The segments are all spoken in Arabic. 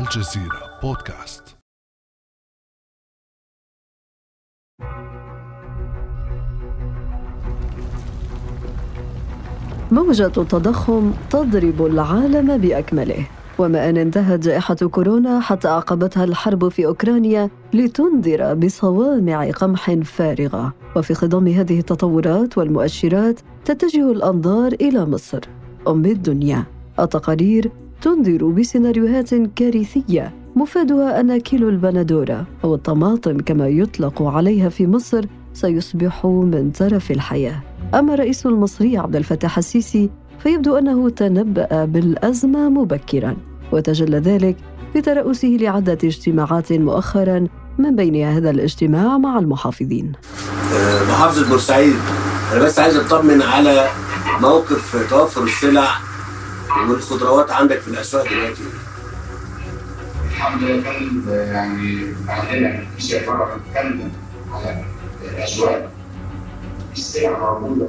الجزيرة بودكاست. موجة التضخم تضرب العالم بأكمله، وما أن انتهت جائحة كورونا حتى أعقبتها الحرب في أوكرانيا لتنذر بصوامع قمح فارغة. وفي خضم هذه التطورات والمؤشرات تتجه الأنظار إلى مصر أم الدنيا. التقارير تنذر بسيناريوهات كارثية مفادها أن كيلو البندورة أو الطماطم كما يطلق عليها في مصر سيصبح من ترف الحياة. أما الرئيس المصري عبد الفتاح السيسي فيبدو أنه تنبأ بالأزمة مبكراً، وتجلى ذلك بترأسه لعدة اجتماعات مؤخراً، من بينها هذا الاجتماع مع المحافظين. محافظة بورسعيد، أنا بس عايز أطمن على موقف توفر السلع والخضروات عندك في الأسواق دلوقتي. الحمد لله يعني عندنا شيء مرة بنتكلم على الأسواق، السلع موجودة.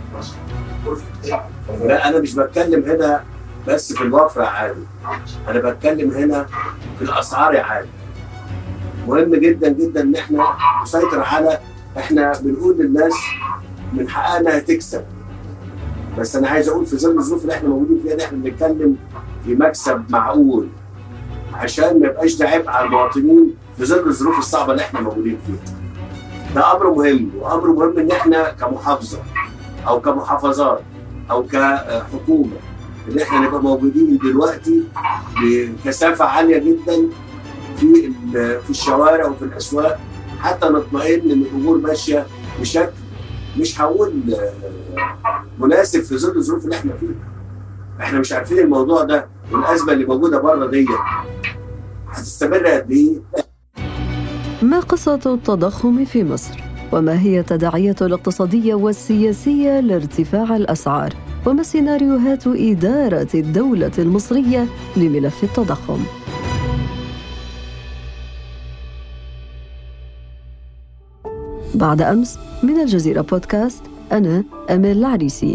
لا، أنا مش بتكلم هنا بس في الوفرة عادي، أنا بتكلم هنا في الأسعار عادي. مهم جدا جدا إن إحنا نسيطر على، إحنا بنقول للناس من حقها إنها تكسب، بس أنا عايز أقول في ظل الظروف اللي إحنا موجودين فيها دي إحنا بنتكلم في مكسب معقول عشان ما يبقاش ده عبء على المواطنين في ظل الظروف الصعبة اللي إحنا موجودين فيها. ده أمر مهم، وأمر مهم إن إحنا كمحافظة أو كمحافظات أو كحكومة إن إحنا نبقى موجودين دلوقتي بكثافة عالية جدا في الشوارع وفي الأسواق حتى نطمئن إن الأمور ماشية بشكل مش هقول مناسب في ظل الظروف اللي إحنا فيها. إحنا مش عارفين الموضوع ده والأزمة اللي موجودة بره دي هتستمر قد إيه؟ ما قصة التضخم في مصر؟ وما هي التداعيات الاقتصادية والسياسية لارتفاع الأسعار؟ وما سيناريوهات إدارة الدولة المصرية لملف التضخم؟ بعد أمس من الجزيرة بودكاست، أنا أمال العريسي.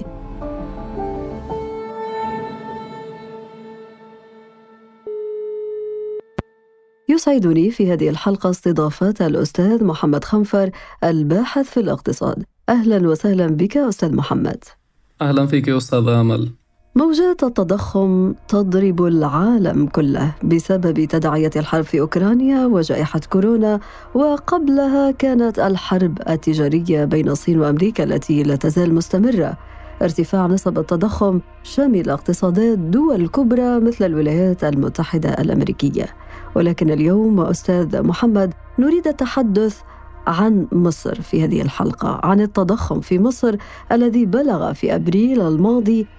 يسعدني في هذه الحلقة استضافة الأستاذ محمد خنفر، الباحث في الاقتصاد. أهلا وسهلا بك أستاذ محمد. أهلا فيك يا أستاذ آمل. موجات التضخم تضرب العالم كله بسبب تداعيات الحرب في أوكرانيا وجائحة كورونا، وقبلها كانت الحرب التجارية بين الصين وأمريكا التي لا تزال مستمرة. ارتفاع نسب التضخم شامل اقتصادات دول كبرى مثل الولايات المتحدة الأمريكية. ولكن اليوم أستاذ محمد نريد التحدث عن مصر في هذه الحلقة، عن التضخم في مصر الذي بلغ في أبريل الماضي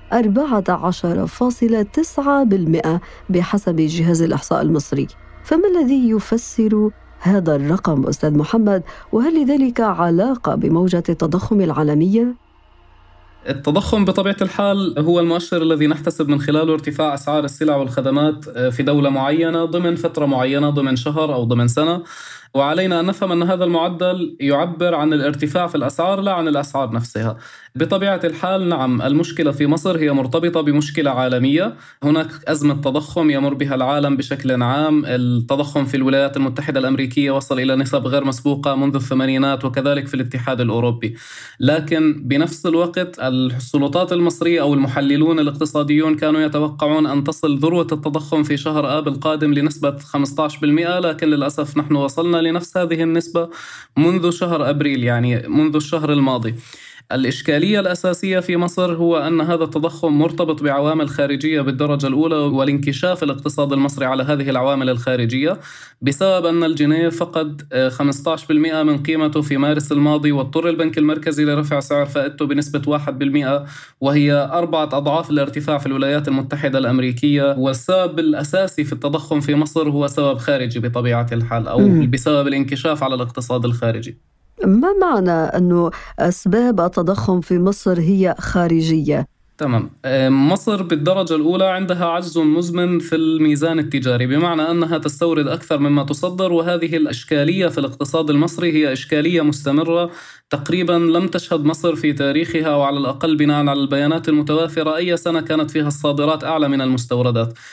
14.9% بحسب جهاز الإحصاء المصري. فما الذي يفسر هذا الرقم أستاذ محمد؟ وهل لذلك علاقة بموجة التضخم العالمية؟ التضخم بطبيعة الحال هو المؤشر الذي نحتسب من خلاله ارتفاع أسعار السلع والخدمات في دولة معينة ضمن فترة معينة، ضمن شهر أو ضمن سنة. وعلينا أن نفهم أن هذا المعدل يعبر عن الارتفاع في الأسعار لا عن الأسعار نفسها. بطبيعة الحال نعم، المشكلة في مصر هي مرتبطة بمشكلة عالمية. هناك أزمة تضخم يمر بها العالم بشكل عام. التضخم في الولايات المتحدة الأمريكية وصل إلى نسب غير مسبوقة منذ الثمانينات، وكذلك في الاتحاد الأوروبي. لكن بنفس الوقت السلطات المصرية أو المحللون الاقتصاديون كانوا يتوقعون أن تصل ذروة التضخم في شهر آب القادم لنسبة 15%، لكن للأسف نحن وصلنا لنفس هذه النسبة منذ شهر أبريل، يعني منذ الشهر الماضي. الإشكالية الأساسية في مصر هو أن هذا التضخم مرتبط بعوامل خارجية بالدرجة الأولى، والانكشاف الاقتصاد المصري على هذه العوامل الخارجية بسبب أن الجنيه فقد 15% من قيمته في مارس الماضي، واضطر البنك المركزي لرفع سعر فائدته بنسبة 1%، وهي 4 أضعاف الارتفاع في الولايات المتحدة الأمريكية. والسبب الأساسي في التضخم في مصر هو سبب خارجي بطبيعة الحال، أو بسبب الانكشاف على الاقتصاد الخارجي. ما معنى أنه أسباب التضخم في مصر هي خارجية؟ تمام. مصر بالدرجة الأولى عندها عجز مزمن في الميزان التجاري، بمعنى أنها تستورد أكثر مما تصدر، وهذه الإشكالية في الاقتصاد المصري هي إشكالية مستمرة تقريبا لم تشهد مصر في تاريخها، وعلى الأقل بناء على البيانات المتوافرة أي سنة كانت فيها الصادرات أعلى من المستوردات.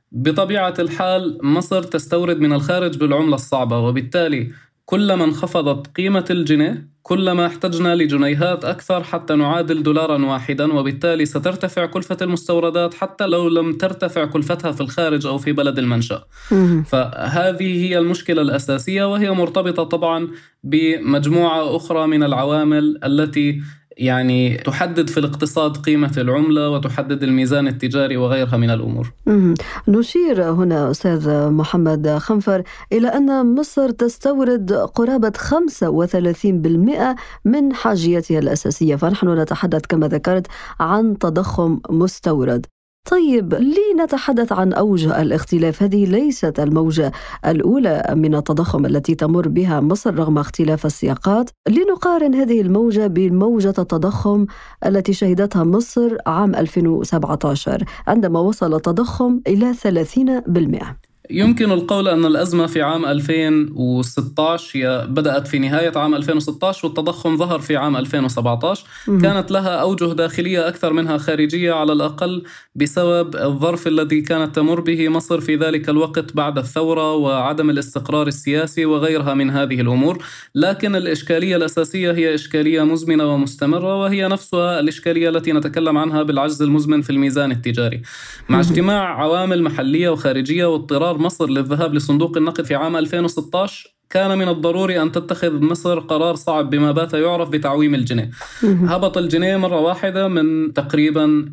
بطبيعة الحال مصر تستورد من الخارج بالعملة الصعبة، وبالتالي كلما انخفضت قيمة الجنيه كلما احتجنا لجنيهات أكثر حتى نعادل دولارا واحدا، وبالتالي سترتفع كلفة المستوردات حتى لو لم ترتفع كلفتها في الخارج أو في بلد المنشأ. فهذه هي المشكلة الأساسية، وهي مرتبطة طبعا بمجموعة أخرى من العوامل التي يعني تحدد في الاقتصاد قيمة العملة وتحدد الميزان التجاري وغيرها من الأمور. نشير هنا أستاذ محمد خنفر إلى أن مصر تستورد قرابة 35% من حاجيتها الأساسية، فنحن نتحدث كما ذكرت عن تضخم مستورد. طيب، لنتحدث عن أوجه الاختلاف. هذه ليست الموجة الأولى من التضخم التي تمر بها مصر رغم اختلاف السياقات. لنقارن هذه الموجة بموجة التضخم التي شهدتها مصر عام 2017 عندما وصل التضخم إلى 30%. يمكن القول أن الأزمة في عام 2016 هي بدأت في نهاية عام 2016 والتضخم ظهر في عام 2017. كانت لها أوجه داخلية أكثر منها خارجية، على الأقل بسبب الظرف الذي كانت تمر به مصر في ذلك الوقت بعد الثورة وعدم الاستقرار السياسي وغيرها من هذه الأمور. لكن الإشكالية الأساسية هي إشكالية مزمنة ومستمرة، وهي نفسها الإشكالية التي نتكلم عنها بالعجز المزمن في الميزان التجاري. مع اجتماع عوامل محلية وخارجية واضطرار مصر للذهاب لصندوق النقد في عام 2016، كان من الضروري أن تتخذ مصر قرار صعب بما بات يعرف بتعويم الجنيه. هبط الجنيه مرة واحدة من تقريبا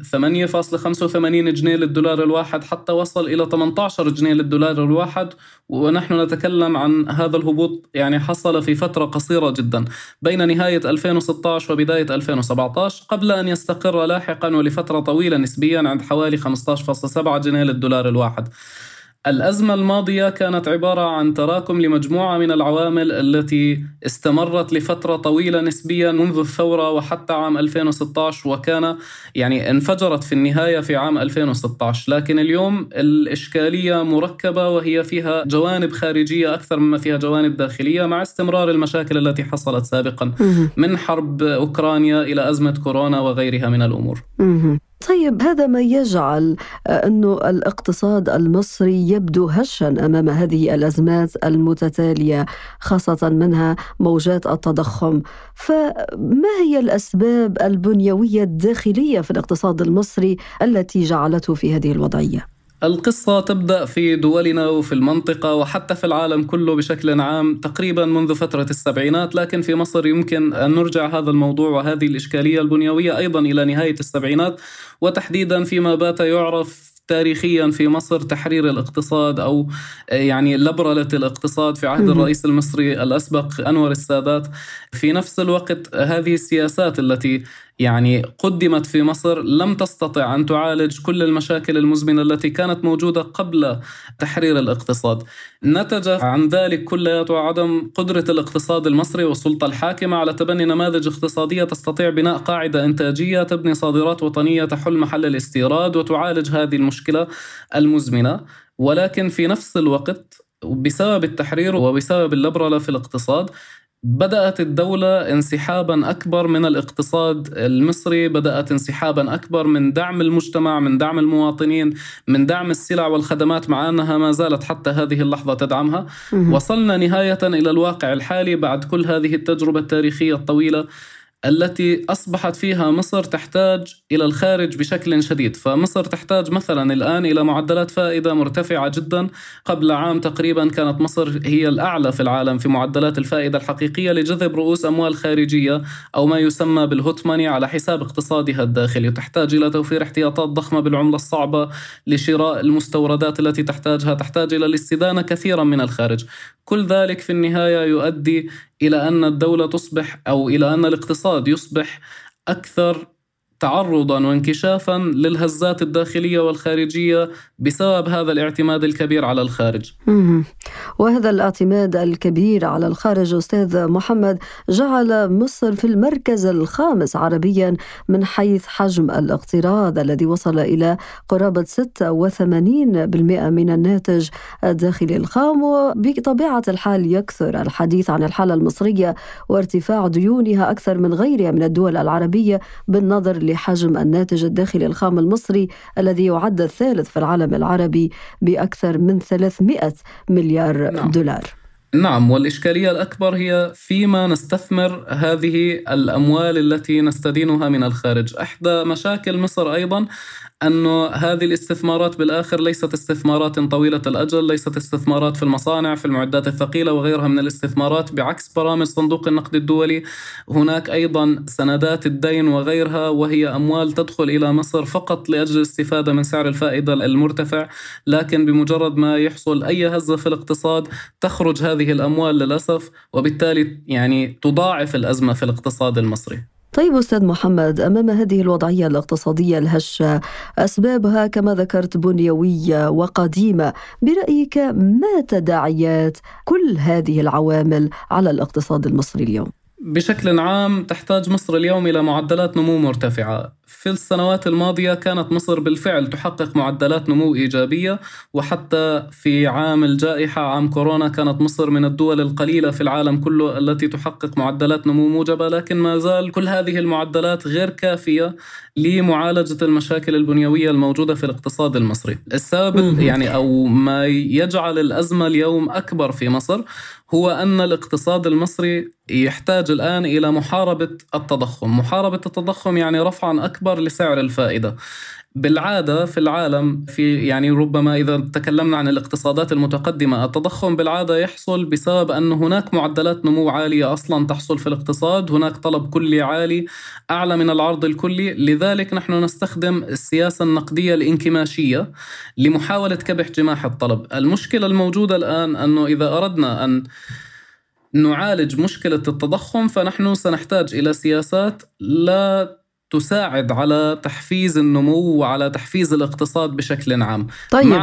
8.85 جنيه للدولار الواحد حتى وصل إلى 18 جنيه للدولار الواحد، ونحن نتكلم عن هذا الهبوط يعني حصل في فترة قصيرة جدا بين نهاية 2016 وبداية 2017، قبل أن يستقر لاحقا ولفترة طويلة نسبيا عند حوالي 15.7 جنيه للدولار الواحد. الأزمة الماضية كانت عبارة عن تراكم لمجموعة من العوامل التي استمرت لفترة طويلة نسبيا منذ الثورة وحتى عام 2016، وكان يعني انفجرت في النهاية في عام 2016. لكن اليوم الإشكالية مركبة وهي فيها جوانب خارجية أكثر مما فيها جوانب داخلية، مع استمرار المشاكل التي حصلت سابقا من حرب أوكرانيا إلى أزمة كورونا وغيرها من الأمور. طيب، هذا ما يجعل أن الاقتصاد المصري يبدو هشا أمام هذه الأزمات المتتالية، خاصة منها موجات التضخم. فما هي الأسباب البنيوية الداخلية في الاقتصاد المصري التي جعلته في هذه الوضعية؟ القصة تبدأ في دولنا وفي المنطقة وحتى في العالم كله بشكل عام تقريبا منذ فترة السبعينات، لكن في مصر يمكن أن نرجع هذا الموضوع وهذه الإشكالية البنيوية أيضا إلى نهاية السبعينات، وتحديدا فيما بات يعرف تاريخيا في مصر تحرير الاقتصاد أو يعني لبرلة الاقتصاد في عهد الرئيس المصري الأسبق أنور السادات. في نفس الوقت هذه السياسات التي يعني قدمت في مصر لم تستطع أن تعالج كل المشاكل المزمنة التي كانت موجودة قبل تحرير الاقتصاد. نتج عن ذلك كلياته عدم قدرة الاقتصاد المصري والسلطة الحاكمة على تبني نماذج اقتصادية تستطيع بناء قاعدة إنتاجية تبني صادرات وطنية تحل محل الاستيراد وتعالج هذه المشكلة المزمنة. ولكن في نفس الوقت بسبب التحرير وبسبب اللبرلة في الاقتصاد بدأت الدولة انسحابا أكبر من الاقتصاد المصري، بدأت انسحابا أكبر من دعم المجتمع، من دعم المواطنين، من دعم السلع والخدمات، مع أنها ما زالت حتى هذه اللحظة تدعمها. وصلنا نهاية إلى الواقع الحالي بعد كل هذه التجربة التاريخية الطويلة التي أصبحت فيها مصر تحتاج إلى الخارج بشكل شديد. فمصر تحتاج مثلا الآن إلى معدلات فائدة مرتفعة جدا. قبل عام تقريبا كانت مصر هي الأعلى في العالم في معدلات الفائدة الحقيقية لجذب رؤوس أموال خارجية أو ما يسمى بالهوت ماني على حساب اقتصادها الداخلي، وتحتاج إلى توفير احتياطات ضخمة بالعملة الصعبة لشراء المستوردات التي تحتاجها، تحتاج إلى الاستدانة كثيرا من الخارج. كل ذلك في النهاية يؤدي إلى أن الدولة تصبح أو إلى أن الاقتصاد يصبح أكثر تعرضاً وانكشافاً للهزات الداخلية والخارجية بسبب هذا الاعتماد الكبير على الخارج. وهذا الاعتماد الكبير على الخارج أستاذ محمد جعل مصر في المركز الخامس عربياً من حيث حجم الاقتراض الذي وصل إلى قرابة 86% من الناتج الداخلي الخام. وبطبيعة الحال يكثر الحديث عن الحالة المصرية وارتفاع ديونها أكثر من غيرها من الدول العربية بالنظر لحجم الناتج الداخلي الخام المصري الذي يعد الثالث في العالم العربي بأكثر من 300 مليار دولار. نعم، والإشكالية الأكبر هي فيما نستثمر هذه الأموال التي نستدينها من الخارج. إحدى مشاكل مصر أيضا أنه هذه الاستثمارات بالآخر ليست استثمارات طويلة الأجل، ليست استثمارات في المصانع، في المعدات الثقيلة وغيرها من الاستثمارات، بعكس برامج صندوق النقد الدولي. هناك أيضا سندات الدين وغيرها، وهي أموال تدخل إلى مصر فقط لأجل الاستفادة من سعر الفائدة المرتفع، لكن بمجرد ما يحصل أي هزة في الاقتصاد تخرج هذه الأموال للأسف، وبالتالي يعني تضاعف الأزمة في الاقتصاد المصري. طيب أستاذ محمد، أمام هذه الوضعية الاقتصادية الهشة أسبابها كما ذكرت بنيوية وقديمة، برأيك ما تداعيات كل هذه العوامل على الاقتصاد المصري اليوم؟ بشكل عام تحتاج مصر اليوم إلى معدلات نمو مرتفعة. في السنوات الماضية كانت مصر بالفعل تحقق معدلات نمو إيجابية، وحتى في عام الجائحة عام كورونا كانت مصر من الدول القليلة في العالم كله التي تحقق معدلات نمو موجبة، لكن ما زال كل هذه المعدلات غير كافية لمعالجة المشاكل البنيوية الموجودة في الاقتصاد المصري. السبب يعني أو ما يجعل الأزمة اليوم أكبر في مصر هو أن الاقتصاد المصري يحتاج الآن إلى محاربة التضخم. محاربة التضخم يعني رفعا أكبر لسعر الفائدة. بالعادة في العالم، في يعني ربما إذا تكلمنا عن الاقتصادات المتقدمة، التضخم بالعادة يحصل بسبب أن هناك معدلات نمو عالية أصلا تحصل في الاقتصاد، هناك طلب كلي عالي أعلى من العرض الكلي، لذلك نحن نستخدم السياسة النقدية الانكماشية لمحاولة كبح جماح الطلب. المشكلة الموجودة الآن أنه إذا أردنا أن نعالج مشكلة التضخم فنحن سنحتاج إلى سياسات لا تساعد على تحفيز النمو وعلى تحفيز الاقتصاد بشكل عام. طيب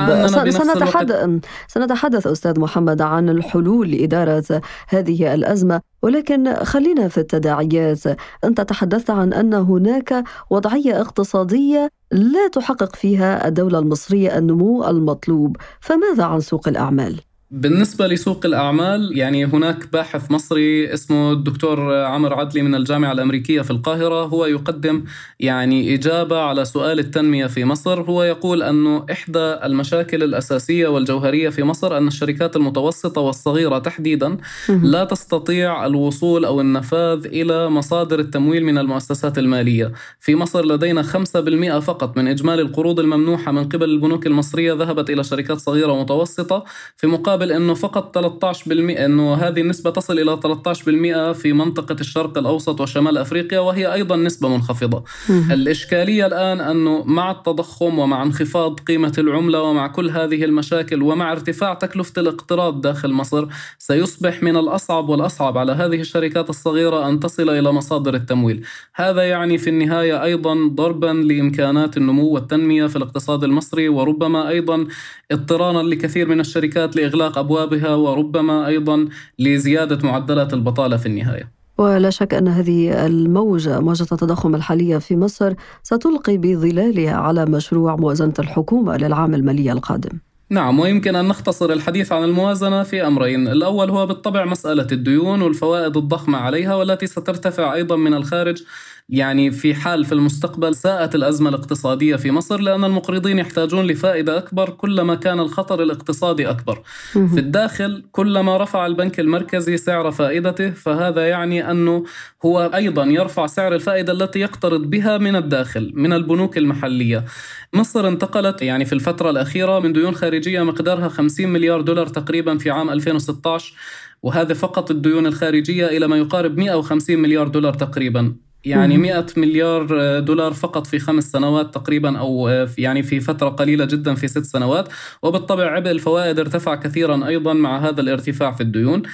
سنتحدث أستاذ محمد عن الحلول لإدارة هذه الأزمة، ولكن خلينا في التداعيات. أنت تحدثت عن أن هناك وضعية اقتصادية لا تحقق فيها الدولة المصرية النمو المطلوب، فماذا عن سوق الأعمال؟ بالنسبة لسوق الأعمال، يعني هناك باحث مصري اسمه الدكتور عمر عدلي من الجامعة الأمريكية في القاهرة، هو يقدم يعني إجابة على سؤال التنمية في مصر. هو يقول أنه إحدى المشاكل الأساسية والجوهرية في مصر أن الشركات المتوسطة والصغيرة تحديدا لا تستطيع الوصول أو النفاذ إلى مصادر التمويل من المؤسسات المالية. في مصر لدينا 5% فقط من إجمالي القروض الممنوحة من قبل البنوك المصرية ذهبت إلى شركات صغيرة ومتوسطة، في مقابل أنه فقط 13%، أنه هذه النسبة تصل إلى 13% في منطقة الشرق الأوسط وشمال أفريقيا، وهي أيضا نسبة منخفضة. الإشكالية الآن أنه مع التضخم ومع انخفاض قيمة العملة ومع كل هذه المشاكل ومع ارتفاع تكلفة الاقتراض داخل مصر، سيصبح من الأصعب والأصعب على هذه الشركات الصغيرة أن تصل إلى مصادر التمويل. هذا يعني في النهاية أيضا ضربا لإمكانات النمو والتنمية في الاقتصاد المصري، وربما أيضا اضطرارا لكثير من الشركات لإغلاق أبوابها، وربما أيضا لزيادة معدلات البطالة في النهاية. ولا شك أن هذه موجة التضخم الحالية في مصر ستلقي بظلالها على مشروع موازنة الحكومة للعام المالي القادم. نعم، ويمكن أن نختصر الحديث عن الموازنة في أمرين. الأول هو بالطبع مسألة الديون والفوائد الضخمة عليها، والتي سترتفع أيضا من الخارج، يعني في حال في المستقبل ساءت الأزمة الاقتصادية في مصر، لأن المقرضين يحتاجون لفائدة أكبر كلما كان الخطر الاقتصادي أكبر. في الداخل كلما رفع البنك المركزي سعر فائدته، فهذا يعني أنه هو أيضا يرفع سعر الفائدة التي يقترض بها من الداخل من البنوك المحلية. مصر انتقلت يعني في الفترة الأخيرة من ديون خارجية مقدارها 50 مليار دولار تقريبا في عام 2016، وهذا فقط الديون الخارجية، إلى ما يقارب 150 مليار دولار تقريبا، يعني 100 مليار دولار فقط في 5 سنوات تقريبا، أو يعني في فترة قليلة جدا في 6 سنوات. وبالطبع عبء الفوائد ارتفع كثيرا أيضا مع هذا الارتفاع في الديون.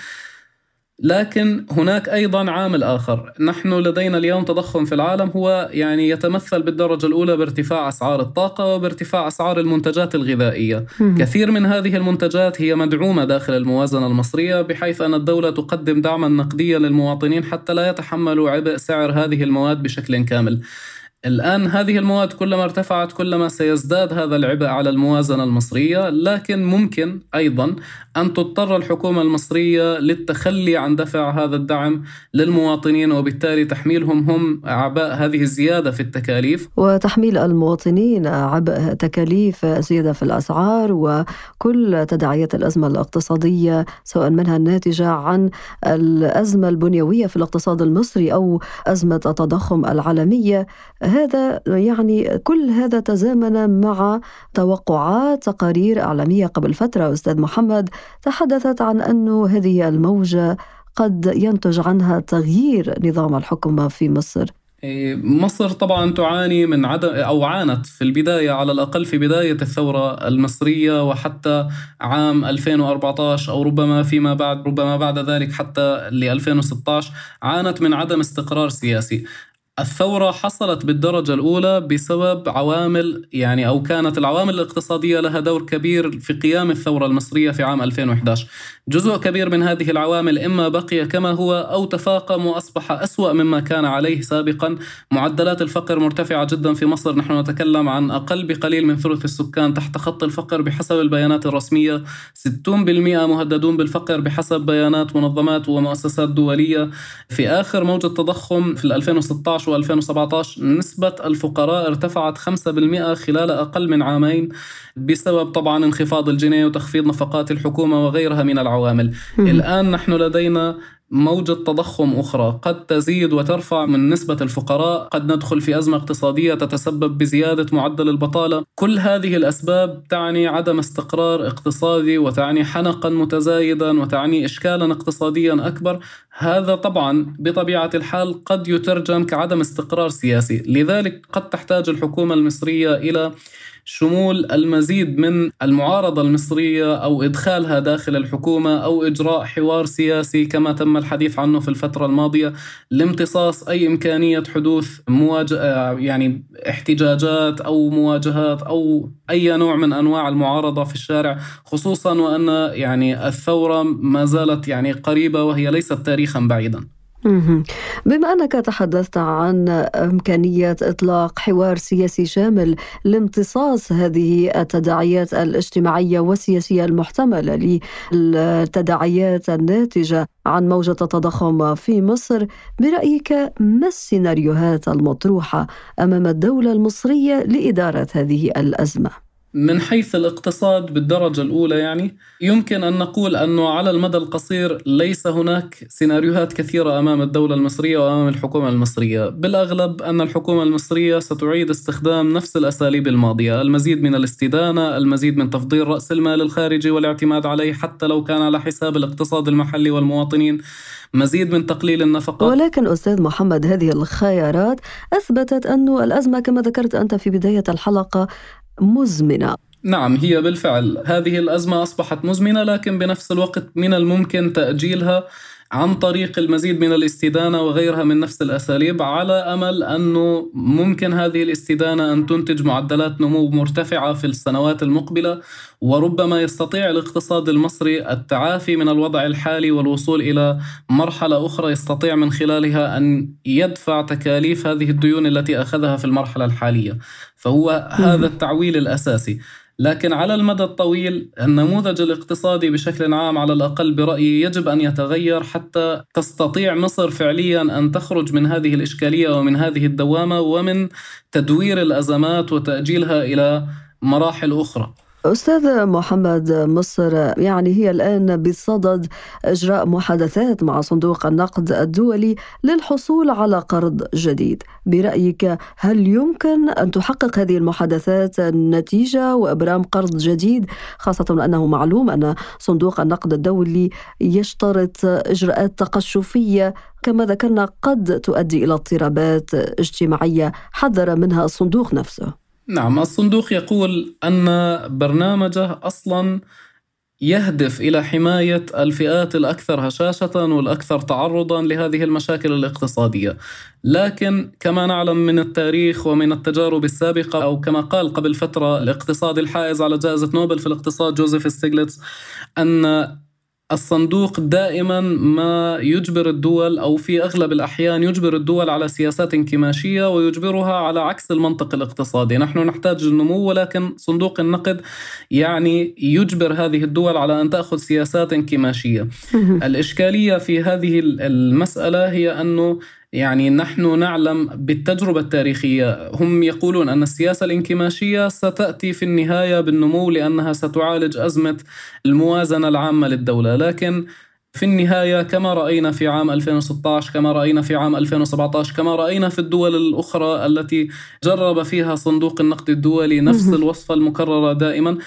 لكن هناك أيضا عامل آخر، نحن لدينا اليوم تضخم في العالم هو يعني يتمثل بالدرجة الأولى بارتفاع أسعار الطاقة وبارتفاع أسعار المنتجات الغذائية. كثير من هذه المنتجات هي مدعومة داخل الموازنة المصرية، بحيث أن الدولة تقدم دعما نقديا للمواطنين حتى لا يتحملوا عبء سعر هذه المواد بشكل كامل. الآن هذه المواد كلما ارتفعت كلما سيزداد هذا العبء على الموازنة المصرية، لكن ممكن أيضا أن تضطر الحكومة المصرية للتخلي عن دفع هذا الدعم للمواطنين، وبالتالي تحميلهم هم أعباء هذه الزيادة في التكاليف، وتحميل المواطنين عبء تكاليف زيادة في الأسعار وكل تداعيات الأزمة الاقتصادية، سواء منها الناتجة عن الأزمة البنيوية في الاقتصاد المصري أو أزمة التضخم العالمية. هذا يعني كل هذا تزامن مع توقعات تقارير إعلامية قبل فترة أستاذ محمد تحدثت عن أن هذه الموجة قد ينتج عنها تغيير نظام الحكومة في مصر. مصر طبعا تعاني من عدم، أو عانت في البداية على الأقل في بداية الثورة المصرية وحتى عام 2014 أو ربما بعد ذلك حتى ل 2016 عانت من عدم استقرار سياسي. الثورة حصلت بالدرجة الأولى بسبب عوامل أو كانت العوامل الاقتصادية لها دور كبير في قيام الثورة المصرية في عام 2011. جزء كبير من هذه العوامل إما بقي كما هو أو تفاقم وأصبح أسوأ مما كان عليه سابقا. معدلات الفقر مرتفعة جدا في مصر، نحن نتكلم عن أقل بقليل من ثلث السكان تحت خط الفقر بحسب البيانات الرسمية، 60% مهددون بالفقر بحسب بيانات منظمات ومؤسسات دولية. في آخر موجة تضخم في 2016 و2017 نسبة الفقراء ارتفعت 5% خلال أقل من عامين بسبب طبعا انخفاض الجنيه وتخفيض نفقات الحكومة وغيرها من العوامل. الآن نحن لدينا موجة تضخم أخرى قد تزيد وترفع من نسبة الفقراء، قد ندخل في أزمة اقتصادية تتسبب بزيادة معدل البطالة. كل هذه الأسباب تعني عدم استقرار اقتصادي وتعني حنقا متزايدا وتعني إشكالا اقتصاديا أكبر. هذا طبعا بطبيعة الحال قد يترجم كعدم استقرار سياسي، لذلك قد تحتاج الحكومة المصرية إلى شمول المزيد من المعارضة المصرية أو إدخالها داخل الحكومة أو إجراء حوار سياسي كما تم الحديث عنه في الفترة الماضية لامتصاص أي إمكانية حدوث احتجاجات أو مواجهات أو أي نوع من أنواع المعارضة في الشارع، خصوصا وأن الثورة ما زالت قريبة وهي ليست تاريخا بعيدا. بما أنك تحدثت عن إمكانية إطلاق حوار سياسي شامل لامتصاص هذه التداعيات الاجتماعية والسياسية المحتملة للتداعيات الناتجة عن موجة التضخم في مصر، برأيك ما السيناريوهات المطروحة أمام الدولة المصرية لإدارة هذه الأزمة؟ من حيث الاقتصاد بالدرجة الأولى يمكن أن نقول أنه على المدى القصير ليس هناك سيناريوهات كثيرة أمام الدولة المصرية وأمام الحكومة المصرية. بالأغلب أن الحكومة المصرية ستعيد استخدام نفس الأساليب الماضية، المزيد من الاستدانة، المزيد من تفضيل رأس المال الخارجي والاعتماد عليه حتى لو كان على حساب الاقتصاد المحلي والمواطنين، مزيد من تقليل النفقات. ولكن أستاذ محمد هذه الخيارات أثبتت أن الأزمة كما ذكرت أنت في بداية الحلقة مزمنة. نعم، هي بالفعل هذه الأزمة أصبحت مزمنة، لكن بنفس الوقت من الممكن تأجيلها عن طريق المزيد من الاستدانة وغيرها من نفس الأساليب، على أمل أنه ممكن هذه الاستدانة أن تنتج معدلات نمو مرتفعة في السنوات المقبلة، وربما يستطيع الاقتصاد المصري التعافي من الوضع الحالي والوصول إلى مرحلة أخرى يستطيع من خلالها أن يدفع تكاليف هذه الديون التي أخذها في المرحلة الحالية. فهو هذا التعويل الأساسي. لكن على المدى الطويل النموذج الاقتصادي بشكل عام على الأقل برأيي يجب أن يتغير حتى تستطيع مصر فعليا أن تخرج من هذه الإشكالية ومن هذه الدوامة ومن تدوير الأزمات وتأجيلها إلى مراحل أخرى. أستاذ محمد، مصر هي الآن بصدد إجراء محادثات مع صندوق النقد الدولي للحصول على قرض جديد. برأيك هل يمكن أن تحقق هذه المحادثات النتيجة وإبرام قرض جديد، خاصة أنه معلوم أن صندوق النقد الدولي يشترط إجراءات تقشفية كما ذكرنا قد تؤدي إلى اضطرابات اجتماعية حذر منها الصندوق نفسه؟ نعم، الصندوق يقول أن برنامجه أصلا يهدف إلى حماية الفئات الأكثر هشاشة والأكثر تعرضا لهذه المشاكل الاقتصادية، لكن كما نعلم من التاريخ ومن التجارب السابقة، أو كما قال قبل فترة الاقتصادي الحائز على جائزة نوبل في الاقتصاد جوزيف ستيغليتز، أن الصندوق دائما ما يجبر الدول، أو في أغلب الأحيان يجبر الدول على سياسات انكماشية ويجبرها على عكس المنطق الاقتصادي. نحن نحتاج النمو، ولكن صندوق النقد يعني يجبر هذه الدول على أن تأخذ سياسات انكماشية. الإشكالية في هذه المسألة هي أنه يعني نحن نعلم بالتجربة التاريخية، هم يقولون أن السياسة الانكماشية ستأتي في النهاية بالنمو لأنها ستعالج أزمة الموازنة العامة للدولة، لكن في النهاية كما رأينا في عام 2016، كما رأينا في عام 2017، كما رأينا في الدول الأخرى التي جرب فيها صندوق النقد الدولي نفس الوصفة المكررة دائما،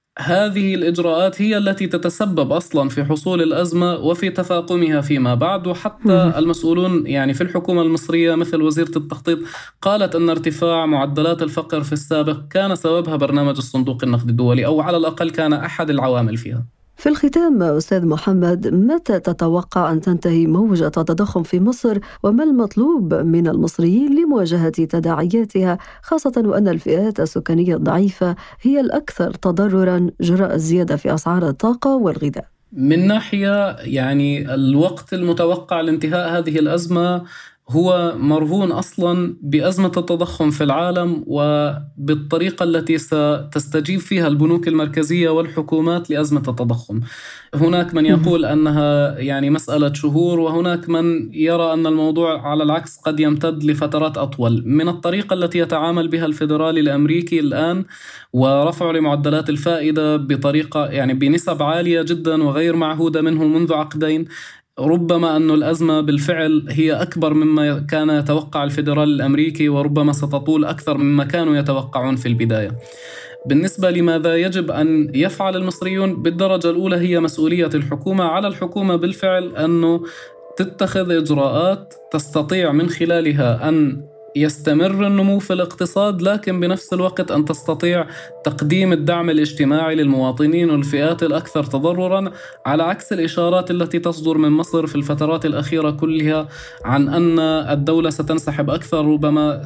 هذه الإجراءات هي التي تتسبب أصلا في حصول الأزمة وفي تفاقمها فيما بعد. وحتى المسؤولون يعني في الحكومة المصرية مثل وزيرة التخطيط قالت أن ارتفاع معدلات الفقر في السابق كان سببها برنامج الصندوق النقد الدولي، أو على الأقل كان أحد العوامل فيها. في الختام أستاذ محمد، متى تتوقع أن تنتهي موجة التضخم في مصر، وما المطلوب من المصريين لمواجهة تداعياتها، خاصة وأن الفئات السكانية الضعيفة هي الأكثر تضرراً جراء الزيادة في أسعار الطاقة والغذاء؟ من ناحية يعني الوقت المتوقع لانتهاء هذه الأزمة هو مرهون أصلا بأزمة التضخم في العالم وبالطريقة التي ستستجيب فيها البنوك المركزية والحكومات لأزمة التضخم. هناك من يقول أنها يعني مسألة شهور، وهناك من يرى أن الموضوع على العكس قد يمتد لفترات أطول. من الطريقة التي يتعامل بها الفيدرالي الأمريكي الآن ورفع لمعدلات الفائدة بطريقة يعني بنسب عالية جدا وغير معهودة منه منذ عقدين، ربما أن الأزمة بالفعل هي أكبر مما كان يتوقع الفيدرالي الأمريكي، وربما ستطول أكثر مما كانوا يتوقعون في البداية. بالنسبة لماذا يجب أن يفعل المصريون، بالدرجة الأولى هي مسؤولية الحكومة. على الحكومة بالفعل أنه تتخذ إجراءات تستطيع من خلالها أن يستمر النمو في الاقتصاد، لكن بنفس الوقت أن تستطيع تقديم الدعم الاجتماعي للمواطنين والفئات الأكثر تضرراً، على عكس الإشارات التي تصدر من مصر في الفترات الأخيرة كلها عن أن الدولة ستنسحب أكثر، ربما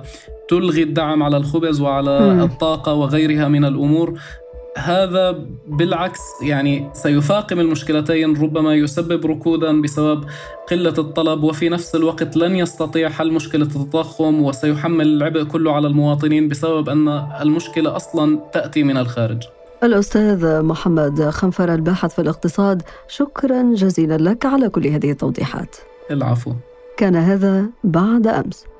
ستلغي الدعم على الخبز وعلى الطاقة وغيرها من الأمور. هذا بالعكس يعني سيفاقم المشكلتين، ربما يسبب ركودا بسبب قلة الطلب، وفي نفس الوقت لن يستطيع حل مشكلة التضخم وسيحمل العبء كله على المواطنين بسبب أن المشكلة أصلا تأتي من الخارج. الأستاذ محمد خنفر، الباحث في الاقتصاد، شكرا جزيلا لك على كل هذه التوضيحات. العفو. كان هذا بعد أمس.